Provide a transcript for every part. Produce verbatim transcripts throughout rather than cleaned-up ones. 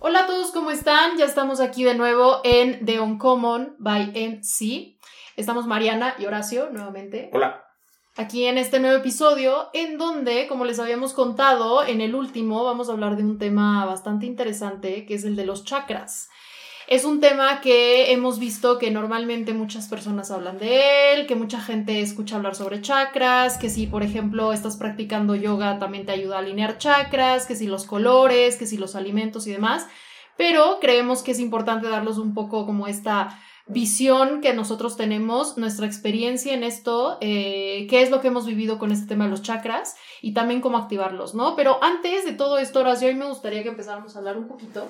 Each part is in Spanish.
Hola a todos, ¿cómo están? Ya estamos aquí de nuevo en The Uncommon by M C. Estamos Mariana y Horacio nuevamente. Hola. Aquí en este nuevo episodio, en donde, como les habíamos contado en el último, vamos a hablar de un tema bastante interesante, que es el de los chakras. Es un tema que hemos visto que normalmente muchas personas hablan de él, que mucha gente escucha hablar sobre chakras, que si, por ejemplo, estás practicando yoga también te ayuda a alinear chakras, que si los colores, que si los alimentos y demás, pero creemos que es importante darles un poco como esta visión que nosotros tenemos, nuestra experiencia en esto, eh, qué es lo que hemos vivido con este tema de los chakras y también cómo activarlos, ¿no? Pero antes de todo esto, Horacio, hoy me gustaría que empezáramos a hablar un poquito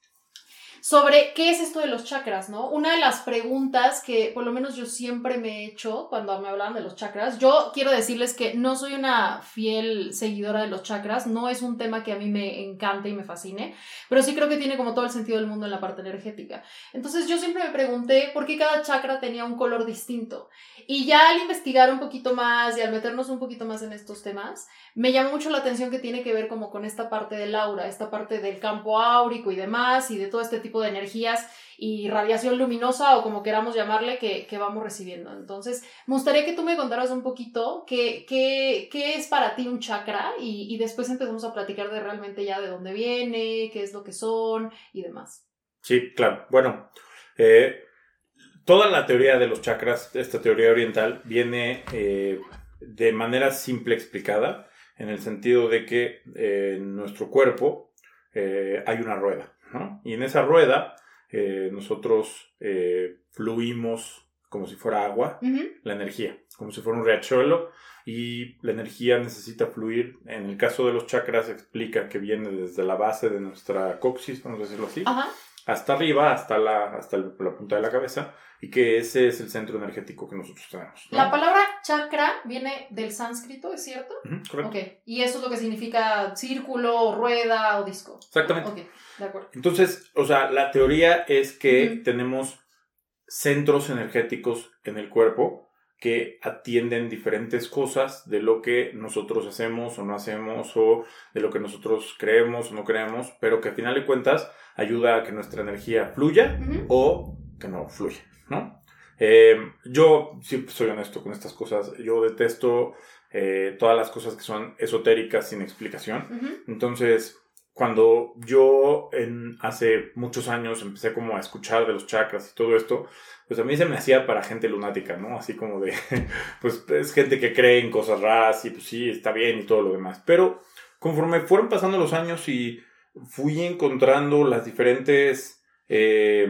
sobre qué es esto de los chakras, ¿no? Una de las preguntas que por lo menos yo siempre me he hecho cuando me hablaban de los chakras, yo quiero decirles que no soy una fiel seguidora de los chakras, no es un tema que a mí me encante y me fascine, pero sí creo que tiene como todo el sentido del mundo en la parte energética. Entonces yo siempre me pregunté por qué cada chakra tenía un color distinto. Y ya al investigar un poquito más y al meternos un poquito más en estos temas, me llamó mucho la atención que tiene que ver como con esta parte del aura, esta parte del campo áurico y demás, y de todo este tipo de energías y radiación luminosa o como queramos llamarle que, que vamos recibiendo. Entonces, me gustaría que tú me contaras un poquito qué, qué, qué es para ti un chakra y, y después empezamos a platicar de realmente ya de dónde viene, qué es lo que son y demás. Sí, claro. Bueno, eh, toda la teoría de los chakras, esta teoría oriental, viene eh, de manera simple explicada, en el sentido de que eh, en nuestro cuerpo eh, hay una rueda, ¿no? Y en esa rueda eh, nosotros eh, fluimos como si fuera agua, uh-huh. la energía, como si fuera un riachuelo, y la energía necesita fluir. En el caso de los chakras explica que viene desde la base de nuestra coxis, vamos a decirlo así, uh-huh. hasta arriba, hasta, la, hasta el, la punta de la cabeza, y que ese es el centro energético que nosotros tenemos, ¿no? La palabra chakra viene del sánscrito, ¿es cierto? Uh-huh, correcto. Okay. Y eso es lo que significa círculo, rueda o disco. Exactamente. Ok, de acuerdo. Entonces, o sea, la teoría es que uh-huh. tenemos centros energéticos en el cuerpo que atienden diferentes cosas de lo que nosotros hacemos o no hacemos, o de lo que nosotros creemos o no creemos, pero que al final de cuentas ayuda a que nuestra energía fluya uh-huh. o que no fluya, ¿no? Eh, yo siempre soy honesto con estas cosas. Yo detesto eh, todas las cosas que son esotéricas sin explicación. Uh-huh. Entonces, cuando yo en, hace muchos años empecé como a escuchar de los chakras y todo esto, pues a mí se me hacía para gente lunática, ¿no? Así como de, pues es gente que cree en cosas raras y pues sí, está bien y todo lo demás. Pero conforme fueron pasando los años y fui encontrando las diferentes, eh,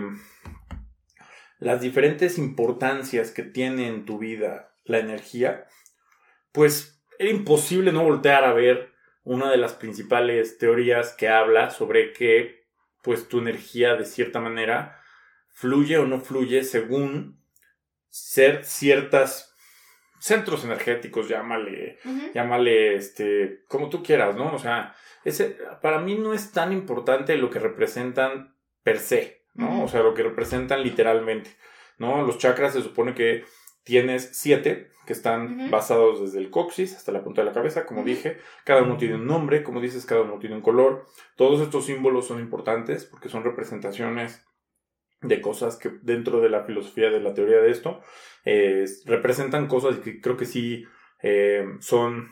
las diferentes importancias que tiene en tu vida la energía, pues era imposible no voltear a ver una de las principales teorías que habla sobre que pues tu energía de cierta manera fluye o no fluye según ser ciertas centros energéticos, llámale, uh-huh. llámale este, como tú quieras, ¿no? O sea, ese, para mí no es tan importante lo que representan per se, ¿no? Uh-huh. O sea, lo que representan literalmente, ¿no? Los chakras se supone que tienes siete que están uh-huh. basados desde el coxis hasta la punta de la cabeza, como uh-huh. dije. Cada uno tiene un nombre, como dices, cada uno tiene un color. Todos estos símbolos son importantes porque son representaciones de cosas que dentro de la filosofía, de la teoría de esto, eh, representan cosas que creo que sí eh, son...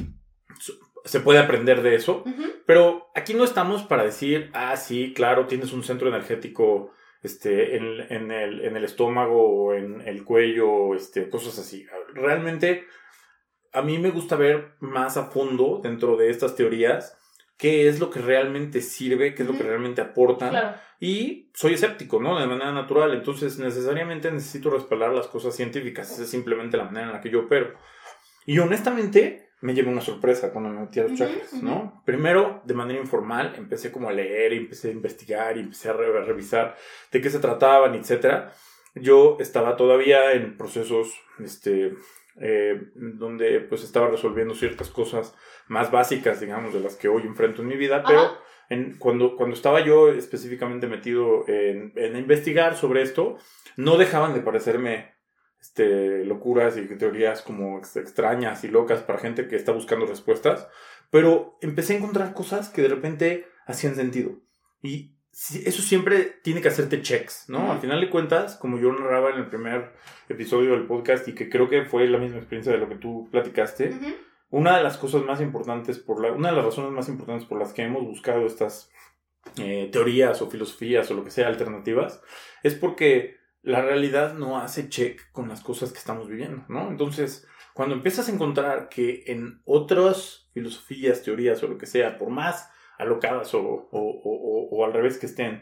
se puede aprender de eso. Uh-huh. Pero aquí no estamos para decir, ah, sí, claro, tienes un centro energético Este, en, en, el, en el estómago o en el cuello, este, cosas así. Realmente a mí me gusta ver más a fondo dentro de estas teorías qué es lo que realmente sirve, qué es uh-huh. lo que realmente aportan. Claro. Y soy escéptico, ¿no? De manera natural. Entonces necesariamente necesito respaldar las cosas científicas. Esa es simplemente la manera en la que yo opero. Y honestamente me llevé una sorpresa cuando me metí a los chakras, uh-huh, ¿no? Uh-huh. Primero, de manera informal, empecé como a leer y empecé a investigar y empecé a re- revisar de qué se trataban, etcétera. Yo estaba todavía en procesos este, eh, donde pues estaba resolviendo ciertas cosas más básicas, digamos, de las que hoy enfrento en mi vida, uh-huh. pero en, cuando, cuando estaba yo específicamente metido en, en investigar sobre esto, no dejaban de parecerme Este, locuras y teorías como extrañas y locas para gente que está buscando respuestas, pero empecé a encontrar cosas que de repente hacían sentido y eso siempre tiene que hacerte checks, ¿no? Uh-huh. Al final de cuentas, como yo narraba en el primer episodio del podcast y que creo que fue la misma experiencia de lo que tú platicaste, uh-huh. una de las cosas más importantes, por la, una de las razones más importantes por las que hemos buscado estas eh, teorías o filosofías o lo que sea alternativas, es porque la realidad no hace check con las cosas que estamos viviendo, ¿no? Entonces, cuando empiezas a encontrar que en otras filosofías, teorías o lo que sea, por más alocadas o, o, o, o al revés que estén,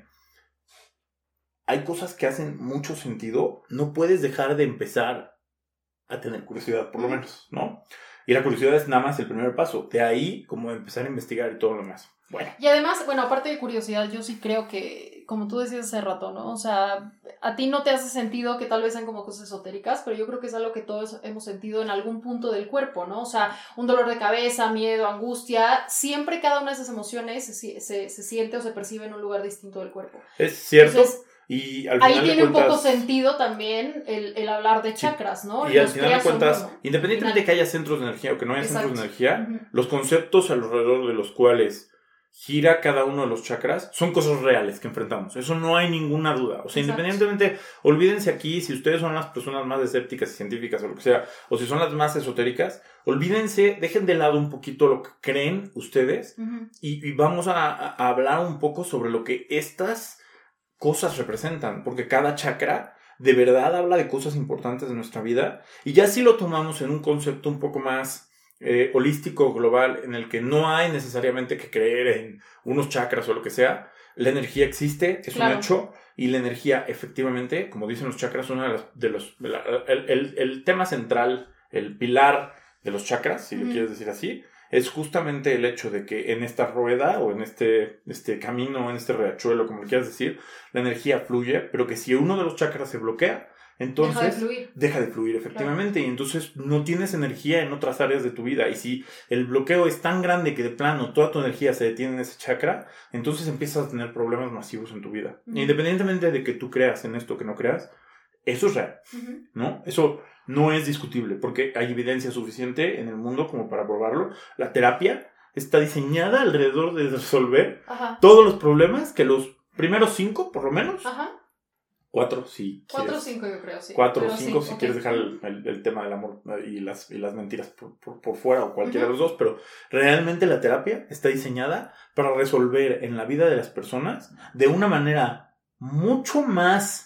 hay cosas que hacen mucho sentido, no puedes dejar de empezar a tener curiosidad, por lo menos, ¿no? Y la curiosidad es nada más el primer paso. De ahí, como empezar a investigar y todo lo demás. Bueno. Y además, bueno, aparte de curiosidad, yo sí creo que, como tú decías hace rato, ¿no? O sea, a ti no te hace sentido que tal vez sean como cosas esotéricas, pero yo creo que es algo que todos hemos sentido en algún punto del cuerpo, ¿no? O sea, un dolor de cabeza, miedo, angustia, siempre cada una de esas emociones se, se, se siente o se percibe en un lugar distinto del cuerpo. Es cierto. Entonces, y al ahí final tiene de cuentas, un poco sentido también el, el hablar de chakras, ¿no? Y los al final de cuentas, uno, independientemente final. de que haya centros de energía o que no haya Exacto. centros de energía, uh-huh. los conceptos alrededor de los cuales gira cada uno de los chakras son cosas reales que enfrentamos. Eso no hay ninguna duda. O sea, Exacto. independientemente, olvídense aquí si ustedes son las personas más escépticas y científicas o lo que sea, o si son las más esotéricas, olvídense, dejen de lado un poquito lo que creen ustedes uh-huh. y, y vamos a, a hablar un poco sobre lo que estas cosas representan, porque cada chakra de verdad habla de cosas importantes de nuestra vida, y ya si lo tomamos en un concepto un poco más eh, holístico, global, en el que no hay necesariamente que creer en unos chakras o lo que sea, la energía existe, es claro. un hecho, y la energía efectivamente, como dicen los chakras, uno de los, de los de la, el, el, el tema central, el pilar de los chakras, si mm. lo quieres decir así, es justamente el hecho de que en esta rueda o en este, este camino, en este riachuelo, como lo quieras decir, la energía fluye, pero que si uno de los chakras se bloquea, entonces deja de fluir, deja de fluir efectivamente, claro. y entonces no tienes energía en otras áreas de tu vida, y si el bloqueo es tan grande que de plano toda tu energía se detiene en ese chakra, entonces empiezas a tener problemas masivos en tu vida. Uh-huh. Independientemente de que tú creas en esto o que no creas, eso es real, uh-huh. ¿no? Eso no es discutible, porque hay evidencia suficiente en el mundo como para probarlo. La terapia está diseñada alrededor de resolver Ajá. todos los problemas que los primeros cinco, por lo menos, Ajá. cuatro, si Cuatro o cinco, yo creo, sí. Cuatro o cinco, si okay. quieres dejar el, el, el tema del amor y las, y las mentiras por, por, por fuera o cualquiera uh-huh. de los dos, pero realmente la terapia está diseñada para resolver en la vida de las personas de una manera mucho más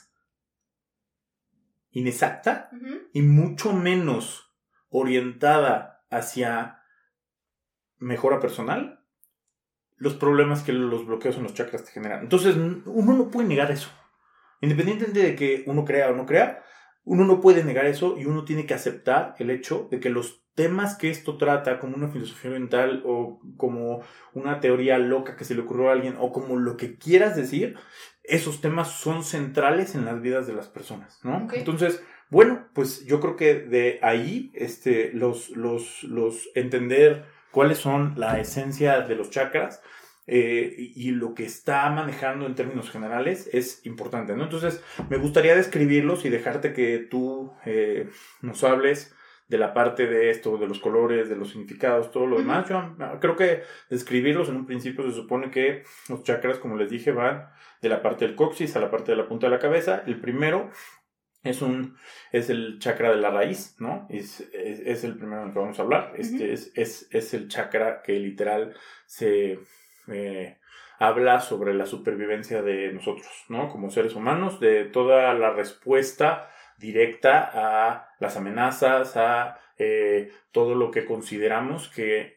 inexacta uh-huh. y mucho menos orientada hacia mejora personal los problemas que los bloqueos en los chakras te generan. Entonces uno no puede negar eso, independientemente de que uno crea o no crea, uno no puede negar eso, y uno tiene que aceptar el hecho de que los temas que esto trata, como una filosofía oriental o como una teoría loca que se le ocurrió a alguien o como lo que quieras decir, esos temas son centrales en las vidas de las personas, ¿no? Okay. Entonces, bueno, pues yo creo que de ahí este, los, los, los entender cuáles son la esencia de los chakras eh, y, y lo que está manejando en términos generales es importante, ¿no? Entonces, me gustaría describirlos y dejarte que tú eh, nos hables de la parte de esto, de los colores, de los significados, todo lo demás. Yo creo que describirlos en un principio se supone que los chakras, como les dije, van de la parte del coxis a la parte de la punta de la cabeza. El primero es un es el chakra de la raíz, ¿no? Es, es, es el primero en el que vamos a hablar. Este uh-huh. es, es, es el chakra que literal se eh, habla sobre la supervivencia de nosotros, ¿no? Como seres humanos, de toda la respuesta directa a las amenazas, a eh, todo lo que consideramos que...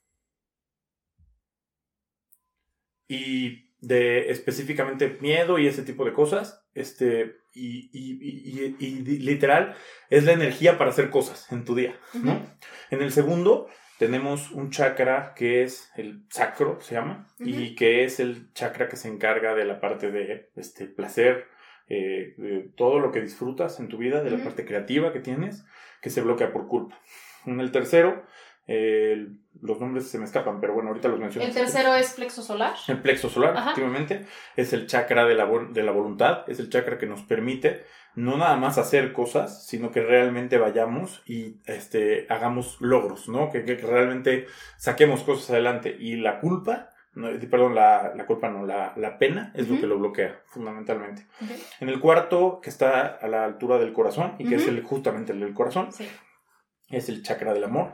Y de específicamente miedo y ese tipo de cosas, este, y, y, y, y, y literal, es la energía para hacer cosas en tu día, ¿no? Uh-huh. En el segundo tenemos un chakra que es el sacro, se llama, uh-huh. y que es el chakra que se encarga de la parte de este, placer, Eh, de todo lo que disfrutas en tu vida, de la uh-huh. parte creativa que tienes, que se bloquea por culpa. En el tercero, eh, los nombres se me escapan, pero bueno, ahorita los menciono. ¿El tercero es plexo solar? El plexo solar, Ajá. efectivamente, es el chakra de la, de la voluntad, es el chakra que nos permite no nada más hacer cosas, sino que realmente vayamos y este, hagamos logros, ¿no? Que, que realmente saquemos cosas adelante. Y la culpa no, perdón, la, la culpa no, la, la pena es uh-huh. lo que lo bloquea, fundamentalmente. Okay. En el cuarto, que está a la altura del corazón, y que uh-huh. es el, justamente el del corazón, sí. es el chakra del amor.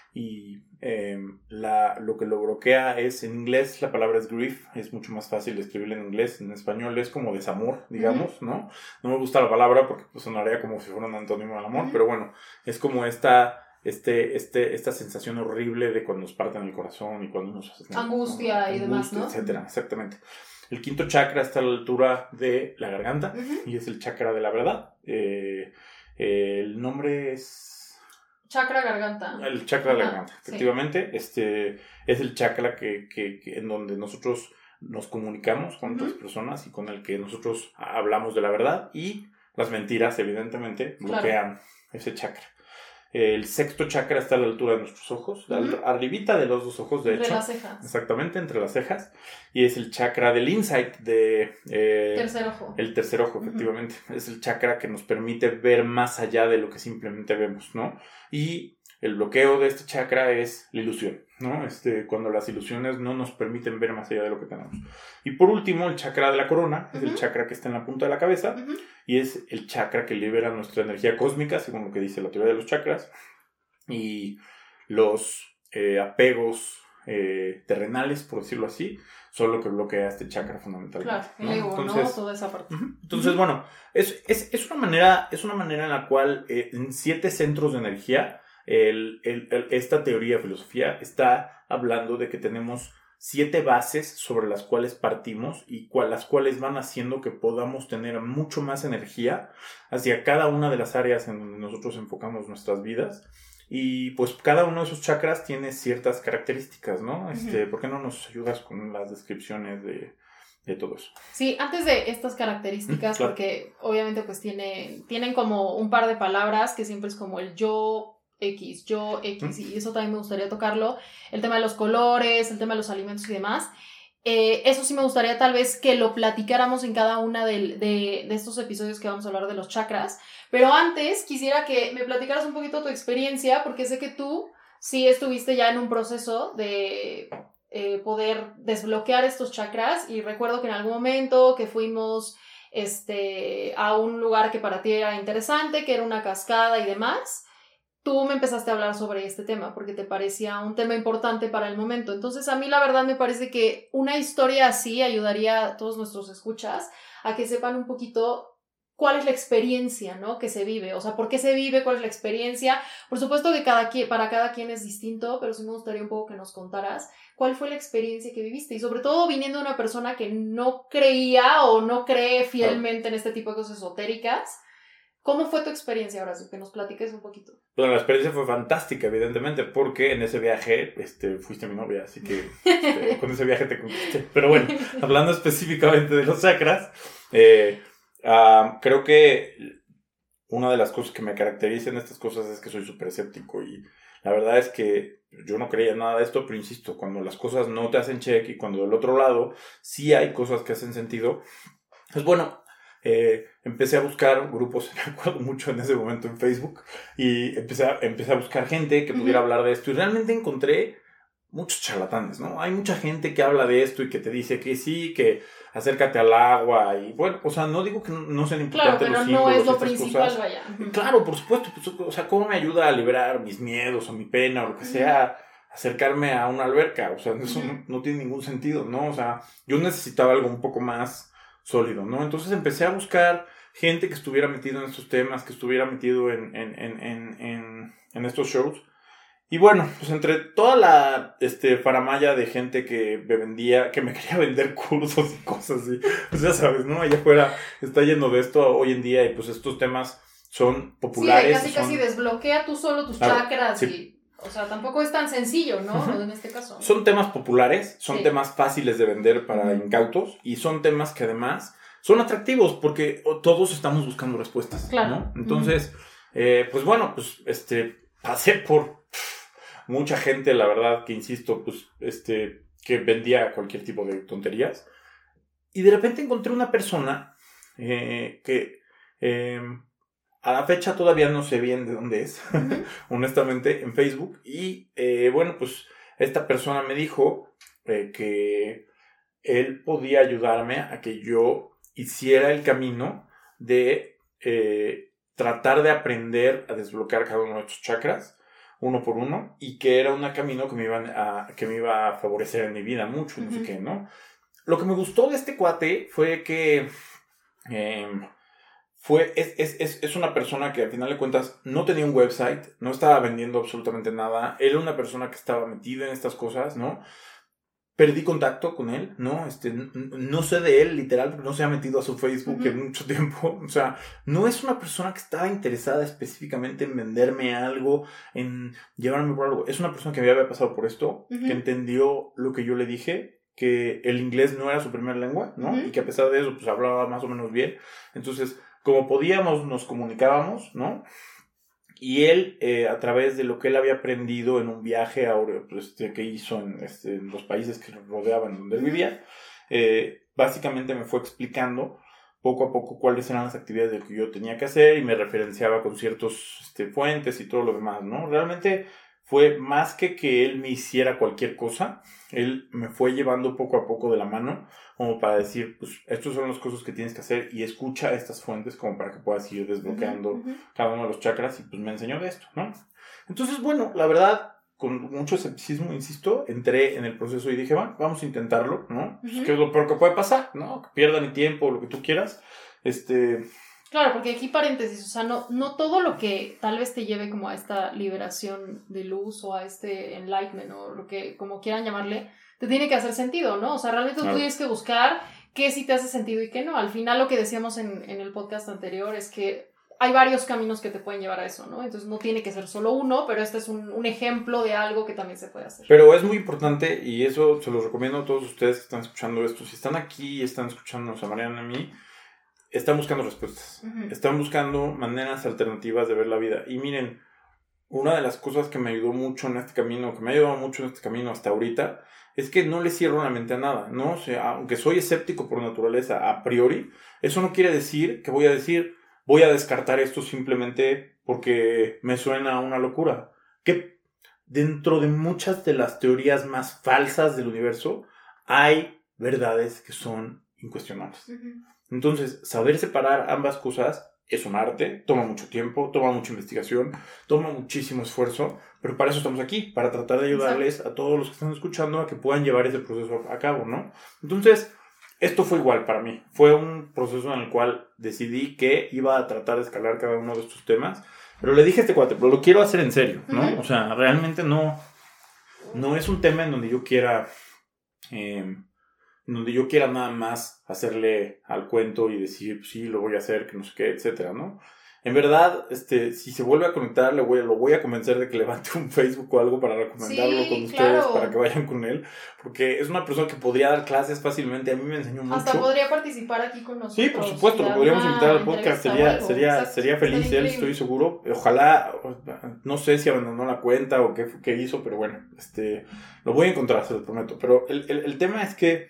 Y eh, la, lo que lo bloquea es, en inglés la palabra es grief, es mucho más fácil escribirla en inglés, en español es como desamor, digamos, uh-huh. ¿no? No me gusta la palabra porque pues, sonaría como si fuera un antónimo del amor, uh-huh. pero bueno, es como esta, este, este, esta sensación horrible de cuando nos parten el corazón y cuando nos hacen... Angustia, ¿no? y Angustia, demás, ¿no? Etcétera, exactamente. El quinto chakra está a la altura de la garganta uh-huh. y es el chakra de la verdad. Eh, eh, el nombre es... Chakra garganta. El chakra de la garganta, ah, efectivamente. Sí. Este es el chakra que, que, que en donde nosotros nos comunicamos con uh-huh. otras personas y con el que nosotros hablamos de la verdad, y las mentiras, evidentemente, bloquean claro. ese chakra. El sexto chakra está a la altura de nuestros ojos, uh-huh. arribita de los dos ojos, de entre hecho. Entre las cejas. Exactamente, entre las cejas. Y es el chakra del insight, de... Eh, tercer ojo. El tercer ojo, efectivamente. Uh-huh. Es el chakra que nos permite ver más allá de lo que simplemente vemos, ¿no? Y el bloqueo de este chakra es la ilusión, ¿no? Este, cuando las ilusiones no nos permiten ver más allá de lo que tenemos. Y por último, el chakra de la corona, uh-huh. es el chakra que está en la punta de la cabeza, uh-huh. y es el chakra que libera nuestra energía cósmica, según lo que dice la teoría de los chakras, y los eh, apegos eh, terrenales, por decirlo así, son lo que bloquea este chakra fundamentalmente. Claro, el ¿no? ego, Entonces, ¿no? Toda esa parte. Uh-huh. Entonces, uh-huh. bueno, es, es, es, una manera, es una manera en la cual eh, en siete centros de energía, el, el, el, esta teoría, filosofía, está hablando de que tenemos siete bases sobre las cuales partimos y cual, las cuales van haciendo que podamos tener mucho más energía hacia cada una de las áreas en donde nosotros enfocamos nuestras vidas. Y pues cada uno de esos chakras tiene ciertas características, ¿no? Este, uh-huh. ¿Por qué no nos ayudas con las descripciones de, de todo eso? Sí, antes de estas características, uh-huh, claro. porque obviamente pues tiene, tienen como un par de palabras que siempre es como el yo X, yo X, uh-huh. y eso también me gustaría tocarlo. El tema de los colores, el tema de los alimentos y demás. Eh, eso sí me gustaría tal vez que lo platicáramos en cada una de, de, de estos episodios que vamos a hablar de los chakras. Pero antes quisiera que me platicaras un poquito tu experiencia, porque sé que tú sí estuviste ya en un proceso de eh, poder desbloquear estos chakras, y recuerdo que en algún momento que fuimos este, a un lugar que para ti era interesante, que era una cascada y demás, tú me empezaste a hablar sobre este tema porque te parecía un tema importante para el momento. Entonces a mí la verdad me parece que una historia así ayudaría a todos nuestros escuchas a que sepan un poquito cuál es la experiencia, ¿no? que se vive, o sea, por qué se vive, cuál es la experiencia. Por supuesto que cada quien, para cada quien es distinto, pero sí me gustaría un poco que nos contaras cuál fue la experiencia que viviste, y sobre todo viniendo de una persona que no creía o no cree fielmente en este tipo de cosas esotéricas. ¿Cómo fue tu experiencia, ahora? Que nos platiques un poquito. Bueno, la experiencia fue fantástica, evidentemente, porque en ese viaje este, fuiste mi novia, así que este, con ese viaje te conquisté. Pero bueno, hablando específicamente de los chakras, eh, uh, creo que una de las cosas que me caracteriza en estas cosas es que soy súper escéptico, y la verdad es que yo no creía nada de esto, pero insisto, cuando las cosas no te hacen check y cuando del otro lado sí hay cosas que hacen sentido, pues bueno... Eh, empecé a buscar grupos, me acuerdo mucho en ese momento en Facebook, y empecé a, empecé a buscar gente que pudiera uh-huh. hablar de esto, y realmente encontré muchos charlatanes, ¿no? Hay mucha gente que habla de esto y que te dice que sí, que acércate al agua, y bueno, o sea, no digo que no, no sean importantes claro, los símbolos, no es lo principal, cosas. Vaya. Uh-huh. Claro, por supuesto, pues, o sea, ¿cómo me ayuda a liberar mis miedos o mi pena o lo que uh-huh. sea? Acercarme a una alberca, o sea, eso uh-huh. no, no tiene ningún sentido, ¿no? O sea, yo necesitaba algo un poco más sólido, ¿no? Entonces empecé a buscar gente que estuviera metido en estos temas, que estuviera metido en, en, en, en, en, en estos shows. Y bueno, pues entre toda la este, faramalla de gente que me vendía, que me quería vender cursos y cosas así, pues ya sabes, ¿no? Allá afuera está lleno de esto hoy en día, y pues estos temas son populares. Sí, casi son... casi desbloquea tú solo tus claro, chakras, sí. y... O sea, tampoco es tan sencillo, ¿no? Uh-huh. En este caso. Son temas populares, son sí. temas fáciles de vender para uh-huh. incautos, y son temas que además son atractivos porque todos estamos buscando respuestas, claro. ¿no? Entonces, uh-huh. eh, pues bueno, pues este pasé por pff, mucha gente, la verdad, que insisto, pues este que vendía cualquier tipo de tonterías, y de repente encontré una persona eh, que eh, a la fecha todavía no sé bien de dónde es, uh-huh. honestamente, en Facebook. Y eh, bueno, pues esta persona me dijo eh, que él podía ayudarme a que yo hiciera el camino de eh, tratar de aprender a desbloquear cada uno de estos chakras, uno por uno, y que era un camino que me, iban a, que me iba a favorecer en mi vida mucho, no uh-huh. sé qué, ¿no? Lo que me gustó de este cuate fue que eh, fue, es, es, es, es una persona que al final de cuentas no tenía un website, no estaba vendiendo absolutamente nada, era una persona que estaba metida en estas cosas, ¿no? Perdí contacto con él, ¿no? Este, no sé de él, literal, porque no se ha metido a su Facebook uh-huh. en mucho tiempo. O sea, no es una persona que estaba interesada específicamente en venderme algo, en llevarme por algo. Es una persona que me había pasado por esto, uh-huh. que entendió lo que yo le dije, que el inglés no era su primera lengua, ¿no? Uh-huh. Y que a pesar de eso, pues hablaba más o menos bien. Entonces, como podíamos, nos comunicábamos, ¿no? Y él, eh, a través de lo que él había aprendido en un viaje a, pues, que hizo en, este, en los países que lo rodeaban donde él vivía, eh, básicamente me fue explicando poco a poco cuáles eran las actividades de que yo tenía que hacer y me referenciaba con ciertas este, fuentes y todo lo demás, ¿no? Realmente fue más que que él me hiciera cualquier cosa, él me fue llevando poco a poco de la mano como para decir, pues, estas son las cosas que tienes que hacer y escucha estas fuentes como para que puedas ir desbloqueando uh-huh, uh-huh. cada uno de los chakras y pues me enseñó de esto, ¿no? Entonces, bueno, la verdad, con mucho escepticismo, insisto, entré en el proceso y dije, bueno, vamos a intentarlo, ¿no? Uh-huh. Pues, ¿qué es lo peor que puede pasar, no? Que pierda mi tiempo, lo que tú quieras, este... Claro, porque aquí paréntesis, o sea, no, no todo lo que tal vez te lleve como a esta liberación de luz o a este enlightenment o lo que como quieran llamarle, te tiene que hacer sentido, ¿no? O sea, realmente claro. tú tienes que buscar qué sí te hace sentido y qué no. Al final lo que decíamos en, en el podcast anterior es que hay varios caminos que te pueden llevar a eso, ¿no? Entonces no tiene que ser solo uno, pero este es un, un ejemplo de algo que también se puede hacer. Pero es muy importante y eso se los recomiendo a todos ustedes que están escuchando esto. Si están aquí y están escuchándonos a Mariana y a mí, están buscando respuestas, uh-huh. están buscando maneras alternativas de ver la vida. Y miren, una de las cosas que me ayudó mucho en este camino, que me ha ayudado mucho en este camino hasta ahorita, es que no le cierro la mente a nada, ¿no? O sea, aunque soy escéptico por naturaleza a priori, eso no quiere decir que voy a decir, voy a descartar esto simplemente porque me suena a una locura. Que dentro de muchas de las teorías más falsas del universo, hay verdades que son incuestionables. Uh-huh. Entonces, saber separar ambas cosas es un arte, toma mucho tiempo, toma mucha investigación, toma muchísimo esfuerzo, pero para eso estamos aquí, para tratar de ayudarles Exacto. a todos los que están escuchando a que puedan llevar ese proceso a cabo, ¿no? Entonces, esto fue igual para mí, fue un proceso en el cual decidí que iba a tratar de escalar cada uno de estos temas, pero le dije a este cuate, pero lo quiero hacer en serio, ¿no? Uh-huh. O sea, realmente no, no es un tema en donde yo quiera... Eh, donde yo quiera nada más hacerle al cuento y decir, sí, lo voy a hacer, que no sé qué, etcétera, ¿no? En verdad, este, si se vuelve a conectar, le voy, lo voy a convencer de que levante un Facebook o algo para recomendarlo sí, con ustedes, claro. para que vayan con él, porque es una persona que podría dar clases fácilmente, a mí me enseñó mucho. Hasta podría participar aquí con nosotros. Sí, por supuesto, lo podríamos invitar al podcast, sería, sería, sería feliz él, estoy seguro. Ojalá, no sé si abandonó la cuenta o qué, qué hizo, pero bueno, este, lo voy a encontrar, se lo prometo. Pero el, el, el tema es que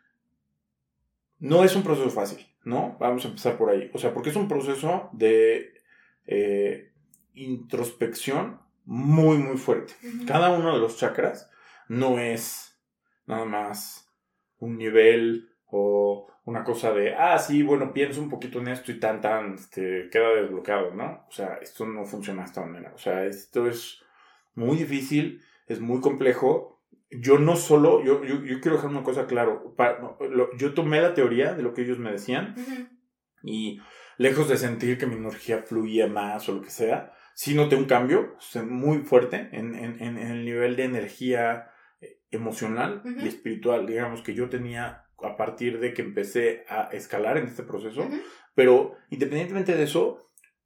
no es un proceso fácil, ¿no? Vamos a empezar por ahí. O sea, porque es un proceso de eh, introspección muy, muy fuerte. Uh-huh. Cada uno de los chakras no es nada más un nivel o una cosa de, ah, sí, bueno, pienso un poquito en esto y tan, tan, este, queda desbloqueado, ¿no? O sea, esto no funciona de esta manera. O sea, esto es muy difícil, es muy complejo. Yo no solo, yo, yo, yo quiero dejar una cosa claro, para, no, lo, yo tomé la teoría de lo que ellos me decían uh-huh. y lejos de sentir que mi energía fluía más o lo que sea, sí noté un cambio o sea, muy fuerte en, en, en el nivel de energía emocional uh-huh. y espiritual, digamos, que yo tenía a partir de que empecé a escalar en este proceso, uh-huh. pero independientemente de eso,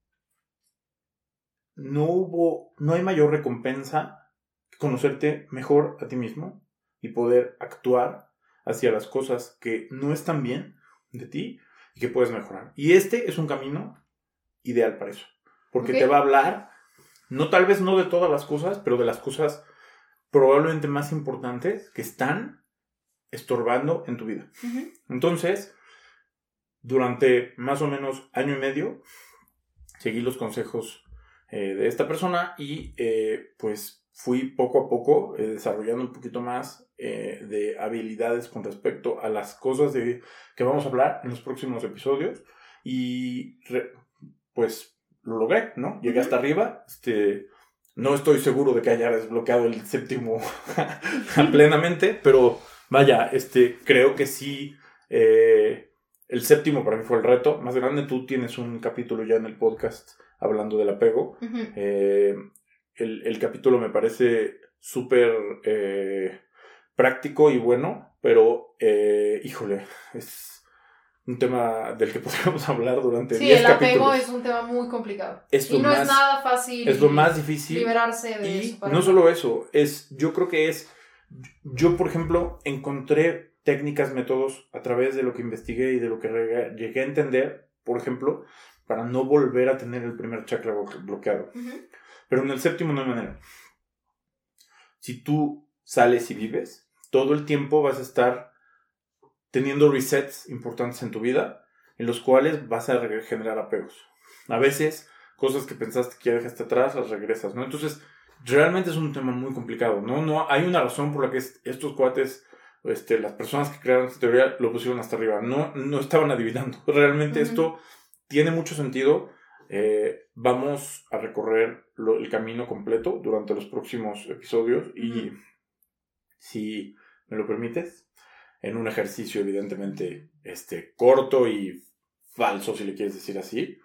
no hubo, no hay mayor recompensa conocerte mejor a ti mismo y poder actuar hacia las cosas que no están bien de ti y que puedes mejorar. Y este es un camino ideal para eso. Porque okay. te va a hablar, no tal vez no de todas las cosas, pero de las cosas probablemente más importantes que están estorbando en tu vida. Uh-huh. Entonces, durante más o menos año y medio, seguí los consejos eh, de esta persona y eh, pues fui poco a poco eh, desarrollando un poquito más eh, de habilidades con respecto a las cosas de que vamos a hablar en los próximos episodios. Y re, pues lo logré, ¿no? Llegué uh-huh. hasta arriba. Este, no estoy seguro de que haya desbloqueado el séptimo plenamente, pero vaya, este, creo que sí. Eh, el séptimo para mí fue el reto más grande. Tú tienes un capítulo ya en el podcast hablando del apego. Uh-huh. Eh, el, el capítulo me parece súper eh, práctico y bueno, pero eh, híjole, es un tema del que podríamos hablar durante diez capítulos. Sí, el apego es un tema muy complicado. Es y no más, es nada fácil. Es lo más difícil. Liberarse de y eso. Y no solo eso, es, yo creo que es, yo por ejemplo encontré técnicas, métodos a través de lo que investigué y de lo que llegué a entender, por ejemplo, para no volver a tener el primer chakra bloqueado. Uh-huh. Pero en el séptimo no hay manera. Si tú sales y vives, todo el tiempo vas a estar teniendo resets importantes en tu vida, en los cuales vas a generar apegos. A veces, cosas que pensaste que ya dejaste atrás, las regresas, ¿no? Entonces, realmente es un tema muy complicado, ¿no? No hay una razón por la que estos cuates, este, las personas que crearon esta teoría, lo pusieron hasta arriba. No, no estaban adivinando. Realmente uh-huh. esto tiene mucho sentido. Eh, vamos a recorrer lo, el camino completo durante los próximos episodios y, uh-huh. si me lo permites, en un ejercicio evidentemente este, corto y falso, si le quieres decir así,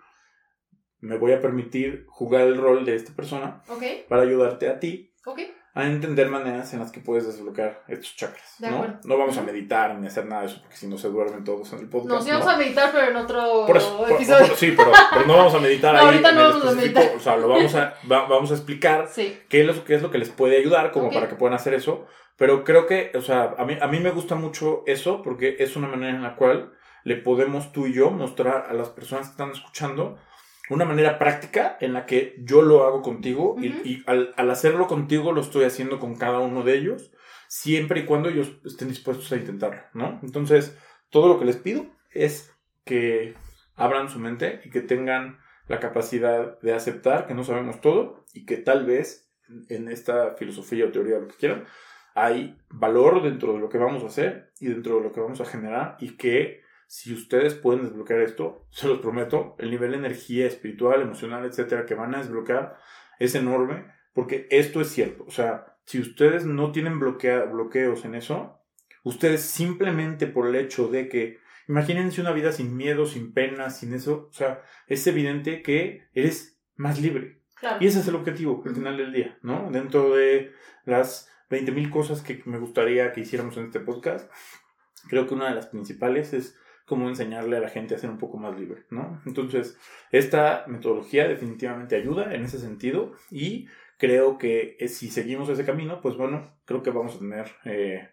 me voy a permitir jugar el rol de esta persona okay. para ayudarte a ti okay. a entender maneras en las que puedes desbloquear estos chakras. De ¿no? acuerdo. No vamos a meditar ni hacer nada de eso porque si no se duermen todos en el podcast. No, sí vamos ¿no? a meditar, pero en otro por eso, episodio. Por, por, sí, pero, pero no vamos a meditar no, ahí. Ahorita en no el vamos a específico. meditar. O sea, lo vamos a, va, vamos a explicar sí. qué, es lo, qué es lo que les puede ayudar como okay. para que puedan hacer eso. Pero creo que, o sea, a mí, a mí me gusta mucho eso porque es una manera en la cual le podemos tú y yo mostrar a las personas que están escuchando una manera práctica en la que yo lo hago contigo uh-huh. y, y al, al hacerlo contigo lo estoy haciendo con cada uno de ellos, siempre y cuando ellos estén dispuestos a intentarlo, ¿no? Entonces, todo lo que les pido es que abran su mente y que tengan la capacidad de aceptar que no sabemos todo y que tal vez en esta filosofía o teoría, lo que quieran, hay valor dentro de lo que vamos a hacer y dentro de lo que vamos a generar y que si ustedes pueden desbloquear esto, se los prometo, el nivel de energía espiritual, emocional, etcétera, que van a desbloquear es enorme, porque esto es cierto. O sea, si ustedes no tienen bloquea- bloqueos en eso, ustedes simplemente por el hecho de que, imagínense una vida sin miedo, sin pena, sin eso, o sea, es evidente que eres más libre. Claro. Y ese es el objetivo al final del día, ¿no? Dentro de las veinte mil cosas que me gustaría que hiciéramos en este podcast, creo que una de las principales es cómo enseñarle a la gente a ser un poco más libre, ¿no? Entonces, esta metodología definitivamente ayuda en ese sentido y creo que si seguimos ese camino, pues bueno, creo que vamos a tener eh,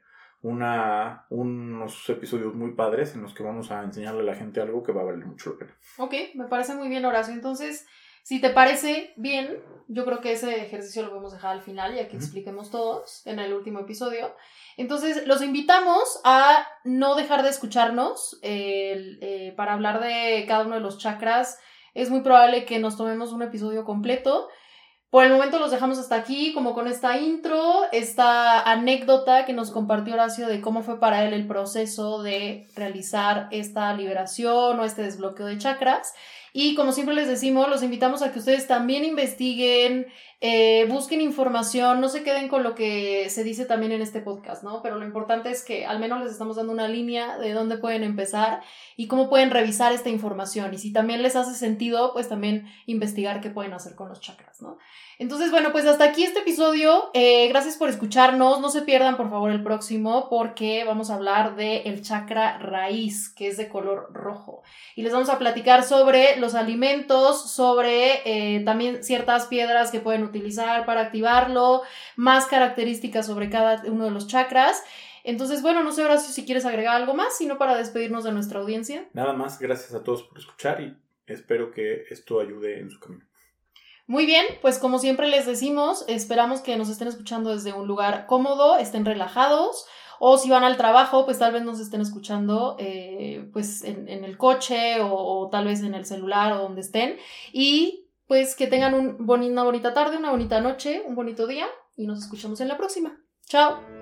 una, unos episodios muy padres en los que vamos a enseñarle a la gente algo que va a valer mucho la pena. Ok, me parece muy bien, Horacio. Entonces, si te parece bien, yo creo que ese ejercicio lo podemos dejar al final, ya que uh-huh. expliquemos todos en el último episodio. Entonces, los invitamos a no dejar de escucharnos eh, eh, para hablar de cada uno de los chakras. Es muy probable que nos tomemos un episodio completo. Por el momento los dejamos hasta aquí, como con esta intro, esta anécdota que nos compartió Horacio de cómo fue para él el proceso de realizar esta liberación o este desbloqueo de chakras. Y como siempre les decimos, los invitamos a que ustedes también investiguen, eh, busquen información, no se queden con lo que se dice también en este podcast, ¿no? Pero lo importante es que al menos les estamos dando una línea de dónde pueden empezar y cómo pueden revisar esta información. Y si también les hace sentido, pues también investigar qué pueden hacer con los chakras, ¿no? Entonces, bueno, pues hasta aquí este episodio. Eh, gracias por escucharnos. No se pierdan, por favor, el próximo porque vamos a hablar del chakra raíz, que es de color rojo. Y les vamos a platicar sobre los alimentos, sobre eh, también ciertas piedras que pueden utilizar para activarlo, más características sobre cada uno de los chakras. Entonces, bueno, no sé, Horacio, si quieres agregar algo más, sino para despedirnos de nuestra audiencia. Nada más, gracias a todos por escuchar y espero que esto ayude en su camino. Muy bien, pues como siempre les decimos, esperamos que nos estén escuchando desde un lugar cómodo, estén relajados, o si van al trabajo, pues tal vez nos estén escuchando eh, pues en, en el coche o, o tal vez en el celular o donde estén, y pues que tengan un boni- una bonita tarde, una bonita noche, un bonito día, y nos escuchamos en la próxima. ¡Chao!